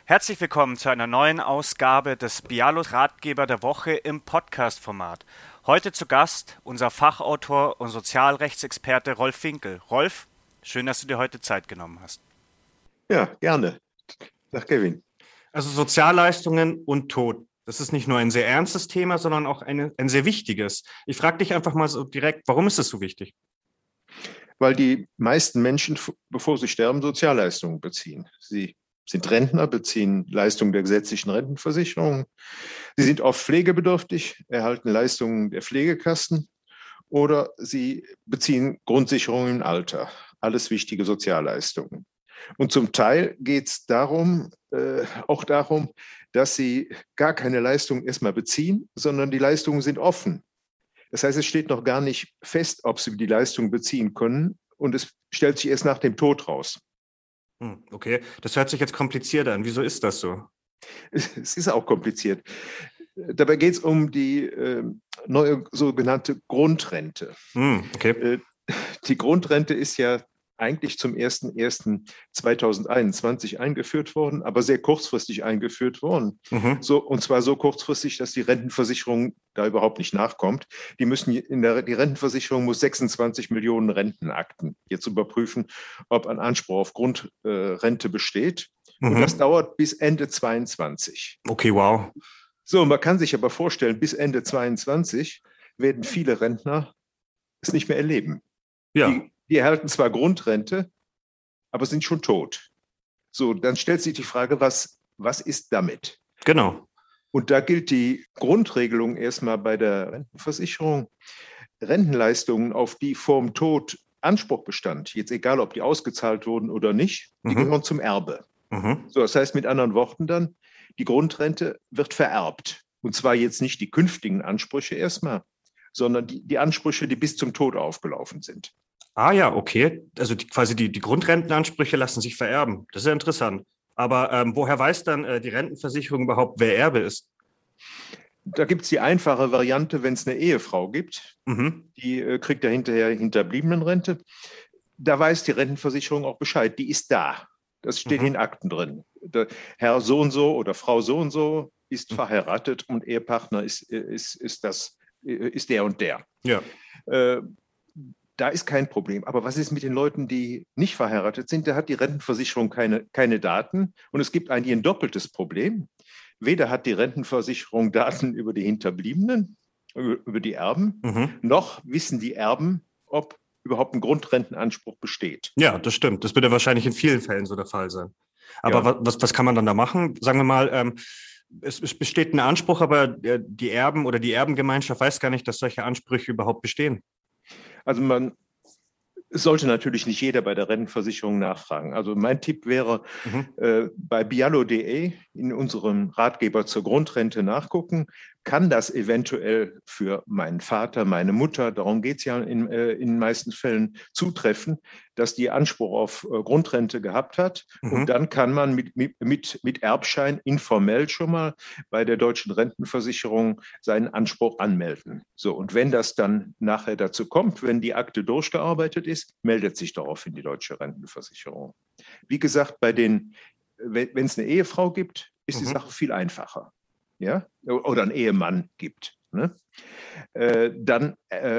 Herzlich willkommen zu einer neuen Ausgabe des Bialos Ratgeber der Woche im Podcast-Format. Heute zu Gast unser Fachautor und Sozialrechtsexperte Rolf Winkel. Rolf, schön, dass du dir heute Zeit genommen hast. Ja, gerne. Sag Kevin. Also Sozialleistungen und Tod. Das ist nicht nur ein sehr ernstes Thema, sondern auch ein sehr wichtiges. Ich frage dich einfach mal so direkt, warum ist das so wichtig? Weil die meisten Menschen, bevor sie sterben, Sozialleistungen beziehen. Sie sind Rentner, beziehen Leistungen der gesetzlichen Rentenversicherung. Sie sind oft pflegebedürftig, erhalten Leistungen der Pflegekassen oder sie beziehen Grundsicherungen im Alter. Alles wichtige Sozialleistungen. Und zum Teil geht es auch darum, dass sie gar keine Leistungen erstmal beziehen, sondern die Leistungen sind offen. Das heißt, es steht noch gar nicht fest, ob sie die Leistung beziehen können, und es stellt sich erst nach dem Tod raus. Okay, das hört sich jetzt kompliziert an. Wieso ist das so? Es ist auch kompliziert. Dabei geht es um die neue sogenannte Grundrente. Okay. Die Grundrente ist ja eigentlich zum 01.01.2021 eingeführt worden, aber sehr kurzfristig eingeführt worden. Und zwar so kurzfristig, dass die Rentenversicherung da überhaupt nicht nachkommt. Die Rentenversicherung muss 26 Millionen Rentenakten jetzt überprüfen, ob ein Anspruch auf Grundrente besteht. Und das dauert bis Ende 22. Okay, wow. So, man kann sich aber vorstellen, bis Ende 22 werden viele Rentner es nicht mehr erleben. Ja. Die erhalten zwar Grundrente, aber sind schon tot. So, dann stellt sich die Frage, was ist damit? Genau. Und da gilt die Grundregelung erstmal bei der Rentenversicherung. Rentenleistungen, auf die vorm Tod Anspruch bestand, jetzt egal, ob die ausgezahlt wurden oder nicht, die gehören zum Erbe. So, das heißt mit anderen Worten dann, die Grundrente wird vererbt. Und zwar jetzt nicht die künftigen Ansprüche erstmal, sondern die Ansprüche, die bis zum Tod aufgelaufen sind. Ah ja, okay. Also quasi die Grundrentenansprüche lassen sich vererben. Das ist ja interessant. Aber woher weiß dann die Rentenversicherung überhaupt, wer Erbe ist? Da gibt es die einfache Variante, wenn es eine Ehefrau gibt. Die kriegt ja hinterher Hinterbliebenenrente. Da weiß die Rentenversicherung auch Bescheid. Die ist da. Das steht in Akten drin. Der Herr so und so oder Frau so und so ist verheiratet und Ehepartner ist der und der. Ja. Da ist kein Problem. Aber was ist mit den Leuten, die nicht verheiratet sind? Da hat die Rentenversicherung keine Daten. Und es gibt eigentlich ein doppeltes Problem. Weder hat die Rentenversicherung Daten über die Hinterbliebenen, über die Erben, noch wissen die Erben, ob überhaupt ein Grundrentenanspruch besteht. Ja, das stimmt. Das wird ja wahrscheinlich in vielen Fällen so der Fall sein. Aber ja, was kann man dann da machen? Sagen wir mal, es besteht ein Anspruch, aber die Erben oder die Erbengemeinschaft weiß gar nicht, dass solche Ansprüche überhaupt bestehen. Also es sollte natürlich nicht jeder bei der Rentenversicherung nachfragen. Also mein Tipp wäre, bei bialo.de in unserem Ratgeber zur Grundrente nachgucken. Kann das eventuell für meinen Vater, meine Mutter, darum geht es ja in den meisten Fällen, zutreffen, dass die Anspruch auf Grundrente gehabt hat. Und dann kann man mit Erbschein informell schon mal bei der deutschen Rentenversicherung seinen Anspruch anmelden. So, und wenn das dann nachher dazu kommt, wenn die Akte durchgearbeitet ist, meldet sich daraufhin die deutsche Rentenversicherung. Wie gesagt, wenn es eine Ehefrau gibt, ist die Sache viel einfacher. Ja? Oder einen Ehemann gibt. Ne? Dann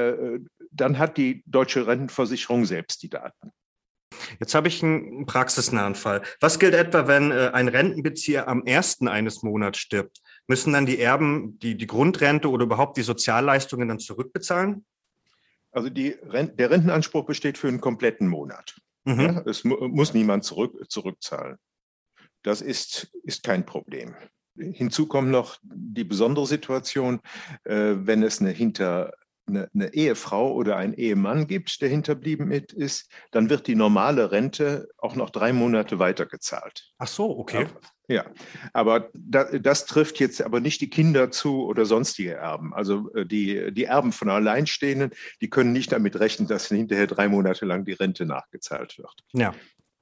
hat die deutsche Rentenversicherung selbst die Daten. Jetzt habe ich einen praxisnahen Fall. Was gilt etwa, wenn ein Rentenbezieher am 1. eines Monats stirbt? Müssen dann die Erben die Grundrente oder überhaupt die Sozialleistungen dann zurückbezahlen? Also der Rentenanspruch besteht für einen kompletten Monat. Ja? Es muss niemand zurückzahlen. Das ist kein Problem. Hinzu kommt noch die besondere Situation, wenn es eine Ehefrau oder einen Ehemann gibt, der hinterblieben ist, dann wird die normale Rente auch noch 3 Monate weitergezahlt. Ach so, okay. Ja, aber das trifft jetzt aber nicht die Kinder zu oder sonstige Erben. Also die Erben von Alleinstehenden, die können nicht damit rechnen, dass hinterher 3 Monate lang die Rente nachgezahlt wird. Ja.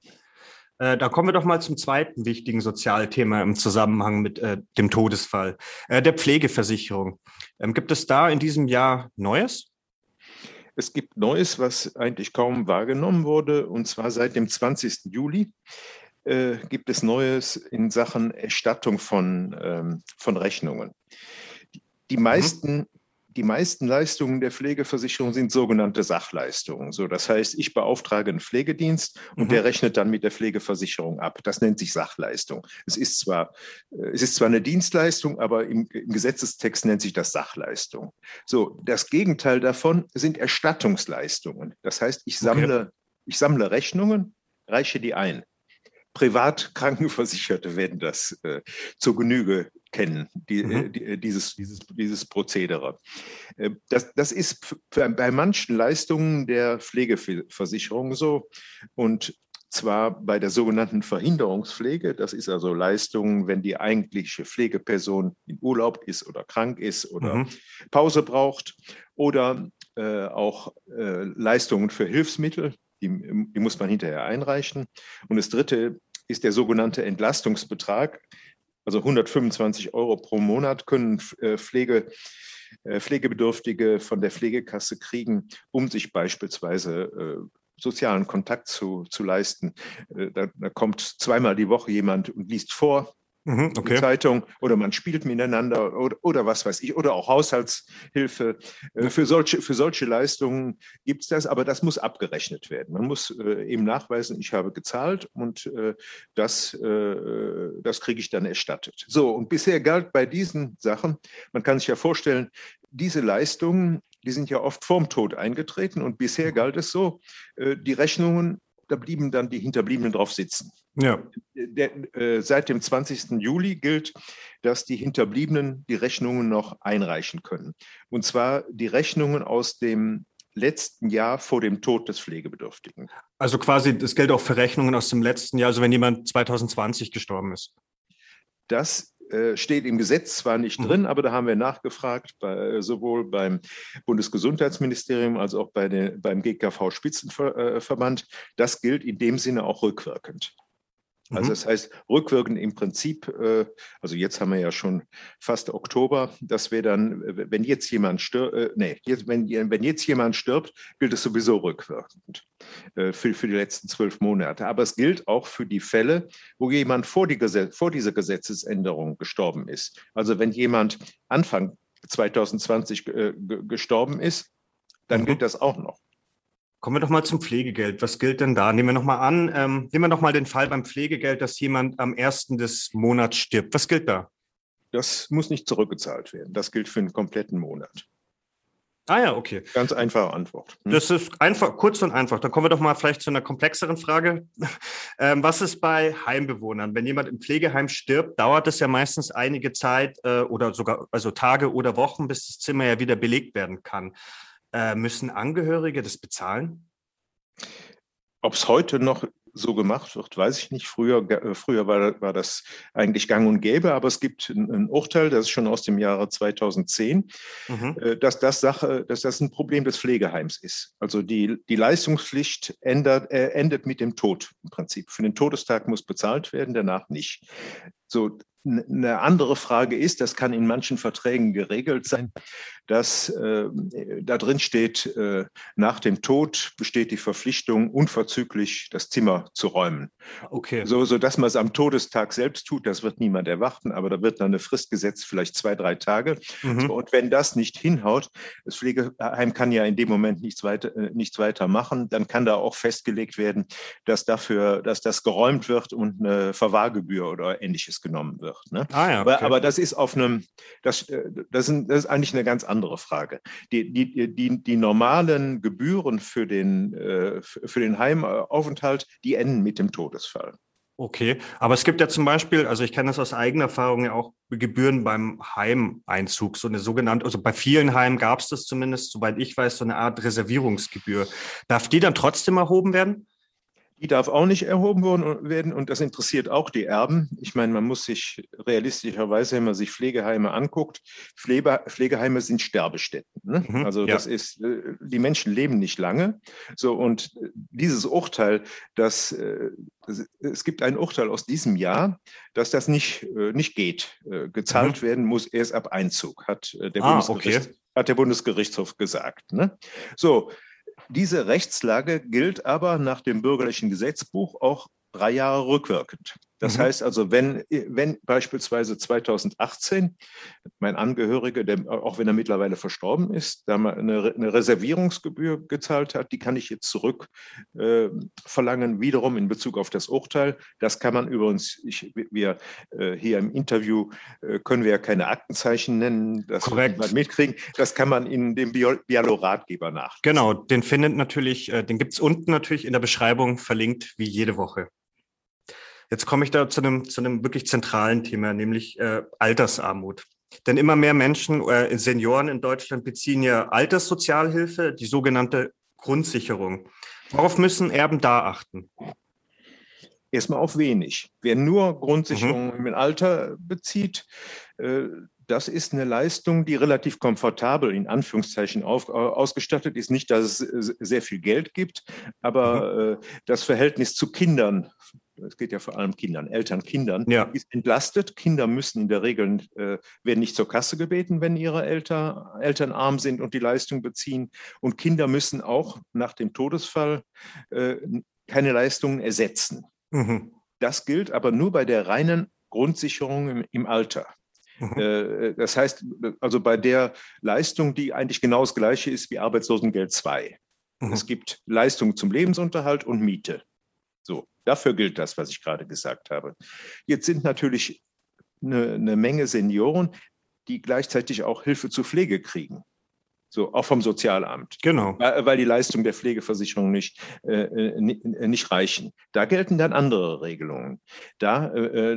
Da kommen wir doch mal zum zweiten wichtigen Sozialthema im Zusammenhang mit dem Todesfall, der Pflegeversicherung. Gibt es da in diesem Jahr Neues? Es gibt Neues, was eigentlich kaum wahrgenommen wurde, und zwar seit dem 20. Juli gibt es Neues in Sachen Erstattung von Rechnungen. Die meisten Leistungen der Pflegeversicherung sind sogenannte Sachleistungen. So, das heißt, ich beauftrage einen Pflegedienst und der rechnet dann mit der Pflegeversicherung ab. Das nennt sich Sachleistung. Es ist zwar eine Dienstleistung, aber im Gesetzestext nennt sich das Sachleistung. So, das Gegenteil davon sind Erstattungsleistungen. Das heißt, ich sammle Rechnungen, reiche die ein. Privatkrankenversicherte werden das zur Genüge kennen, dieses Prozedere. Das ist bei manchen Leistungen der Pflegeversicherung so, und zwar bei der sogenannten Verhinderungspflege. Das ist also Leistungen, wenn die eigentliche Pflegeperson im Urlaub ist oder krank ist oder Pause braucht, oder auch Leistungen für Hilfsmittel. Die muss man hinterher einreichen. Und das Dritte ist der sogenannte Entlastungsbetrag. Also 125 € pro Monat können Pflegebedürftige von der Pflegekasse kriegen, um sich beispielsweise sozialen Kontakt zu leisten. Da kommt zweimal die Woche jemand und liest vor, die Zeitung, oder man spielt miteinander oder was weiß ich, oder auch Haushaltshilfe. Für solche Leistungen gibt es das, aber das muss abgerechnet werden. Man muss eben nachweisen, ich habe gezahlt, und das kriege ich dann erstattet. So, und bisher galt bei diesen Sachen, man kann sich ja vorstellen, diese Leistungen, die sind ja oft vorm Tod eingetreten, und bisher galt es so, die Rechnungen, da blieben dann die Hinterbliebenen drauf sitzen. Ja. Seit dem 20. Juli gilt, dass die Hinterbliebenen die Rechnungen noch einreichen können. Und zwar die Rechnungen aus dem letzten Jahr vor dem Tod des Pflegebedürftigen. Also quasi, das gilt auch für Rechnungen aus dem letzten Jahr, also wenn jemand 2020 gestorben ist. Das steht im Gesetz zwar nicht drin, aber da haben wir nachgefragt, sowohl beim Bundesgesundheitsministerium als auch beim GKV-Spitzenverband. Das gilt in dem Sinne auch rückwirkend. Also das heißt, rückwirkend im Prinzip, also jetzt haben wir ja schon fast Oktober, dass wir dann, wenn jetzt jemand stirbt, wenn jetzt jemand stirbt, gilt es sowieso rückwirkend für die letzten 12 Monate. Aber es gilt auch für die Fälle, wo jemand vor dieser Gesetzesänderung gestorben ist. Also wenn jemand Anfang 2020 gestorben ist, dann gilt das auch noch. Kommen wir doch mal zum Pflegegeld. Was gilt denn da? Nehmen wir noch mal den Fall beim Pflegegeld, dass jemand am 1. des Monats stirbt. Was gilt da? Das muss nicht zurückgezahlt werden. Das gilt für einen kompletten Monat. Ah ja, okay. Ganz einfache Antwort. Das ist einfach, kurz und einfach. Dann kommen wir doch mal vielleicht zu einer komplexeren Frage. Was ist bei Heimbewohnern? Wenn jemand im Pflegeheim stirbt, dauert es ja meistens einige Zeit oder sogar Tage oder Wochen, bis das Zimmer ja wieder belegt werden kann. Müssen Angehörige das bezahlen? Ob es heute noch so gemacht wird, weiß ich nicht. Früher war das eigentlich gang und gäbe, aber es gibt ein Urteil, das ist schon aus dem Jahre 2010, dass das ein Problem des Pflegeheims ist. Also die Leistungspflicht endet mit dem Tod im Prinzip. Für den Todestag muss bezahlt werden, danach nicht. So, eine andere Frage ist, das kann in manchen Verträgen geregelt sein, dass da drin steht, nach dem Tod besteht die Verpflichtung, unverzüglich das Zimmer zu räumen. Okay. So dass man es am Todestag selbst tut, das wird niemand erwarten, aber da wird dann eine Frist gesetzt, vielleicht 2-3 Tage. So, und wenn das nicht hinhaut, das Pflegeheim kann ja in dem Moment nichts weiter machen, dann kann da auch festgelegt werden, dass das geräumt wird und eine Verwahrgebühr oder Ähnliches genommen wird. Ne? Ah ja, okay. Aber das ist das ist eigentlich eine ganz andere Frage. Die normalen Gebühren für den Heimaufenthalt, die enden mit dem Todesfall. Okay, aber es gibt ja zum Beispiel, also ich kenne das aus eigener Erfahrung ja auch, Gebühren beim Heimeinzug, so eine sogenannte, also bei vielen Heimen gab es das zumindest, soweit ich weiß, so eine Art Reservierungsgebühr. Darf die dann trotzdem erhoben werden? Die darf auch nicht erhoben werden, und das interessiert auch die Erben. Ich meine, man muss sich realistischerweise, wenn man sich Pflegeheime anguckt, Pflegeheime sind Sterbestätten. Ne? Also ja. Die Menschen leben nicht lange. So, und dieses Urteil, es gibt ein Urteil aus diesem Jahr, dass das nicht geht. Gezahlt werden muss erst ab Einzug, hat der Bundesgerichtshof gesagt. Ne? So. Diese Rechtslage gilt aber nach dem bürgerlichen Gesetzbuch auch 3 Jahre rückwirkend. Das heißt also, wenn beispielsweise 2018 mein Angehöriger, auch wenn er mittlerweile verstorben ist, da mal eine Reservierungsgebühr gezahlt hat, die kann ich jetzt zurück verlangen, wiederum in Bezug auf das Urteil. Das kann man übrigens, wir hier im Interview können wir ja keine Aktenzeichen nennen, das wird niemand mitkriegen. Das kann man in dem Bialo-Ratgeber nachlesen. Genau, den gibt es unten natürlich in der Beschreibung verlinkt, wie jede Woche. Jetzt komme ich da zu einem wirklich zentralen Thema, nämlich Altersarmut. Denn immer mehr Menschen, Senioren in Deutschland beziehen ja Alterssozialhilfe, die sogenannte Grundsicherung. Worauf müssen Erben da achten? Erstmal auf wenig. Wer nur Grundsicherung im Alter bezieht, das ist eine Leistung, die relativ komfortabel in Anführungszeichen ausgestattet ist. Nicht, dass es sehr viel Geld gibt, aber das Verhältnis zu Kindern, es geht ja vor allem Eltern, Kindern, ist entlastet. Kinder müssen in der Regel, werden nicht zur Kasse gebeten, wenn ihre Eltern arm sind und die Leistung beziehen. Und Kinder müssen auch nach dem Todesfall keine Leistungen ersetzen. Das gilt aber nur bei der reinen Grundsicherung im Alter. Das heißt, also bei der Leistung, die eigentlich genau das Gleiche ist wie Arbeitslosengeld II. Es gibt Leistungen zum Lebensunterhalt und Miete. So, dafür gilt das, was ich gerade gesagt habe. Jetzt sind natürlich eine Menge Senioren, die gleichzeitig auch Hilfe zur Pflege kriegen. So, auch vom Sozialamt. Genau. Weil die Leistungen der Pflegeversicherung nicht reichen. Da gelten dann andere Regelungen. Da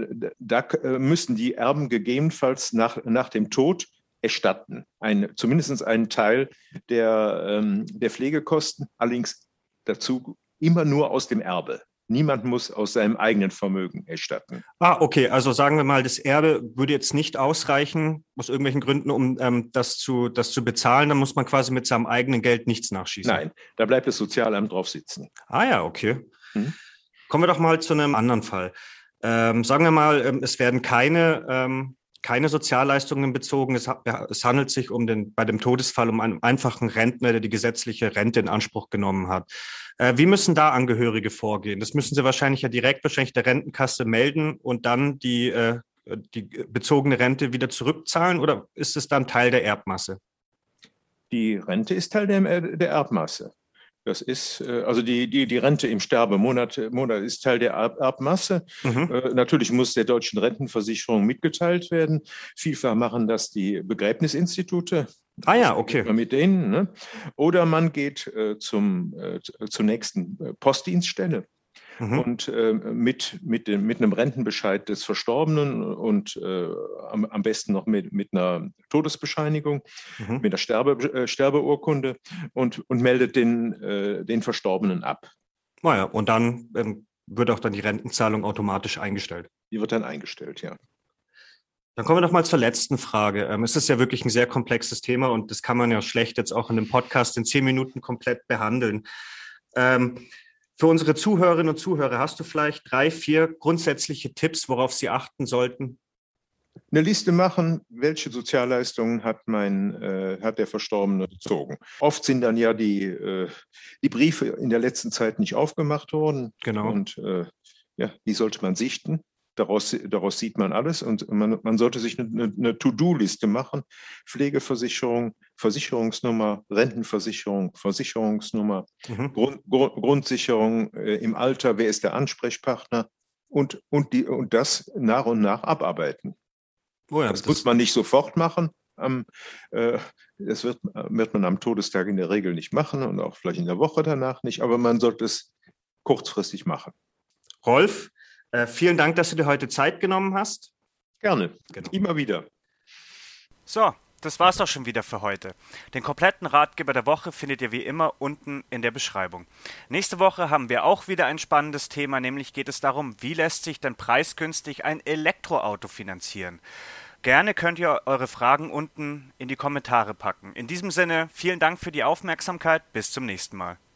müssen die Erben gegebenenfalls nach dem Tod erstatten. Zumindest einen Teil der Pflegekosten, allerdings dazu immer nur aus dem Erbe. Niemand muss aus seinem eigenen Vermögen erstatten. Okay. Also sagen wir mal, das Erbe würde jetzt nicht ausreichen, aus irgendwelchen Gründen, um das zu bezahlen. Dann muss man quasi mit seinem eigenen Geld nichts nachschießen. Nein, da bleibt das Sozialamt drauf sitzen. Ja, okay. Kommen wir doch mal zu einem anderen Fall. Sagen wir mal, es werden keine Sozialleistungen bezogen. Es handelt sich bei dem Todesfall um einen einfachen Rentner, der die gesetzliche Rente in Anspruch genommen hat. Wie müssen da Angehörige vorgehen? Das müssen sie wahrscheinlich der Rentenkasse melden und dann die bezogene Rente wieder zurückzahlen, oder ist es dann Teil der Erbmasse? Die Rente ist Teil der Erbmasse. Das ist, also die Rente im Sterbemonat ist Teil der Erbmasse. Natürlich muss der deutschen Rentenversicherung mitgeteilt werden. Vielfach machen das die Begräbnisinstitute. Okay. Mit denen, ne? Oder man geht zur nächsten Postdienststelle. Und mit einem Rentenbescheid des Verstorbenen und am besten noch mit einer Todesbescheinigung, mit der Sterbeurkunde und meldet den Verstorbenen ab. Und dann wird auch dann die Rentenzahlung automatisch eingestellt. Die wird dann eingestellt, ja. Dann kommen wir noch mal zur letzten Frage. Es ist ja wirklich ein sehr komplexes Thema und das kann man ja schlecht jetzt auch in einem Podcast in 10 Minuten komplett behandeln. Für unsere Zuhörerinnen und Zuhörer, hast du vielleicht 3, 4 grundsätzliche Tipps, worauf sie achten sollten? Eine Liste machen, welche Sozialleistungen hat der Verstorbene bezogen. Oft sind dann ja die Briefe in der letzten Zeit nicht aufgemacht worden. Genau. Und die sollte man sichten. Daraus sieht man alles und man sollte sich eine To-Do-Liste machen. Pflegeversicherung, Versicherungsnummer, Rentenversicherung, Versicherungsnummer, Grundsicherung im Alter, wer ist der Ansprechpartner und das nach und nach abarbeiten. Das muss man nicht sofort machen. Das wird man am Todestag in der Regel nicht machen und auch vielleicht in der Woche danach nicht, aber man sollte es kurzfristig machen. Rolf, vielen Dank, dass du dir heute Zeit genommen hast. Gerne, immer wieder. So, das war's auch schon wieder für heute. Den kompletten Ratgeber der Woche findet ihr wie immer unten in der Beschreibung. Nächste Woche haben wir auch wieder ein spannendes Thema, nämlich geht es darum, wie lässt sich denn preisgünstig ein Elektroauto finanzieren. Gerne könnt ihr eure Fragen unten in die Kommentare packen. In diesem Sinne, vielen Dank für die Aufmerksamkeit, bis zum nächsten Mal.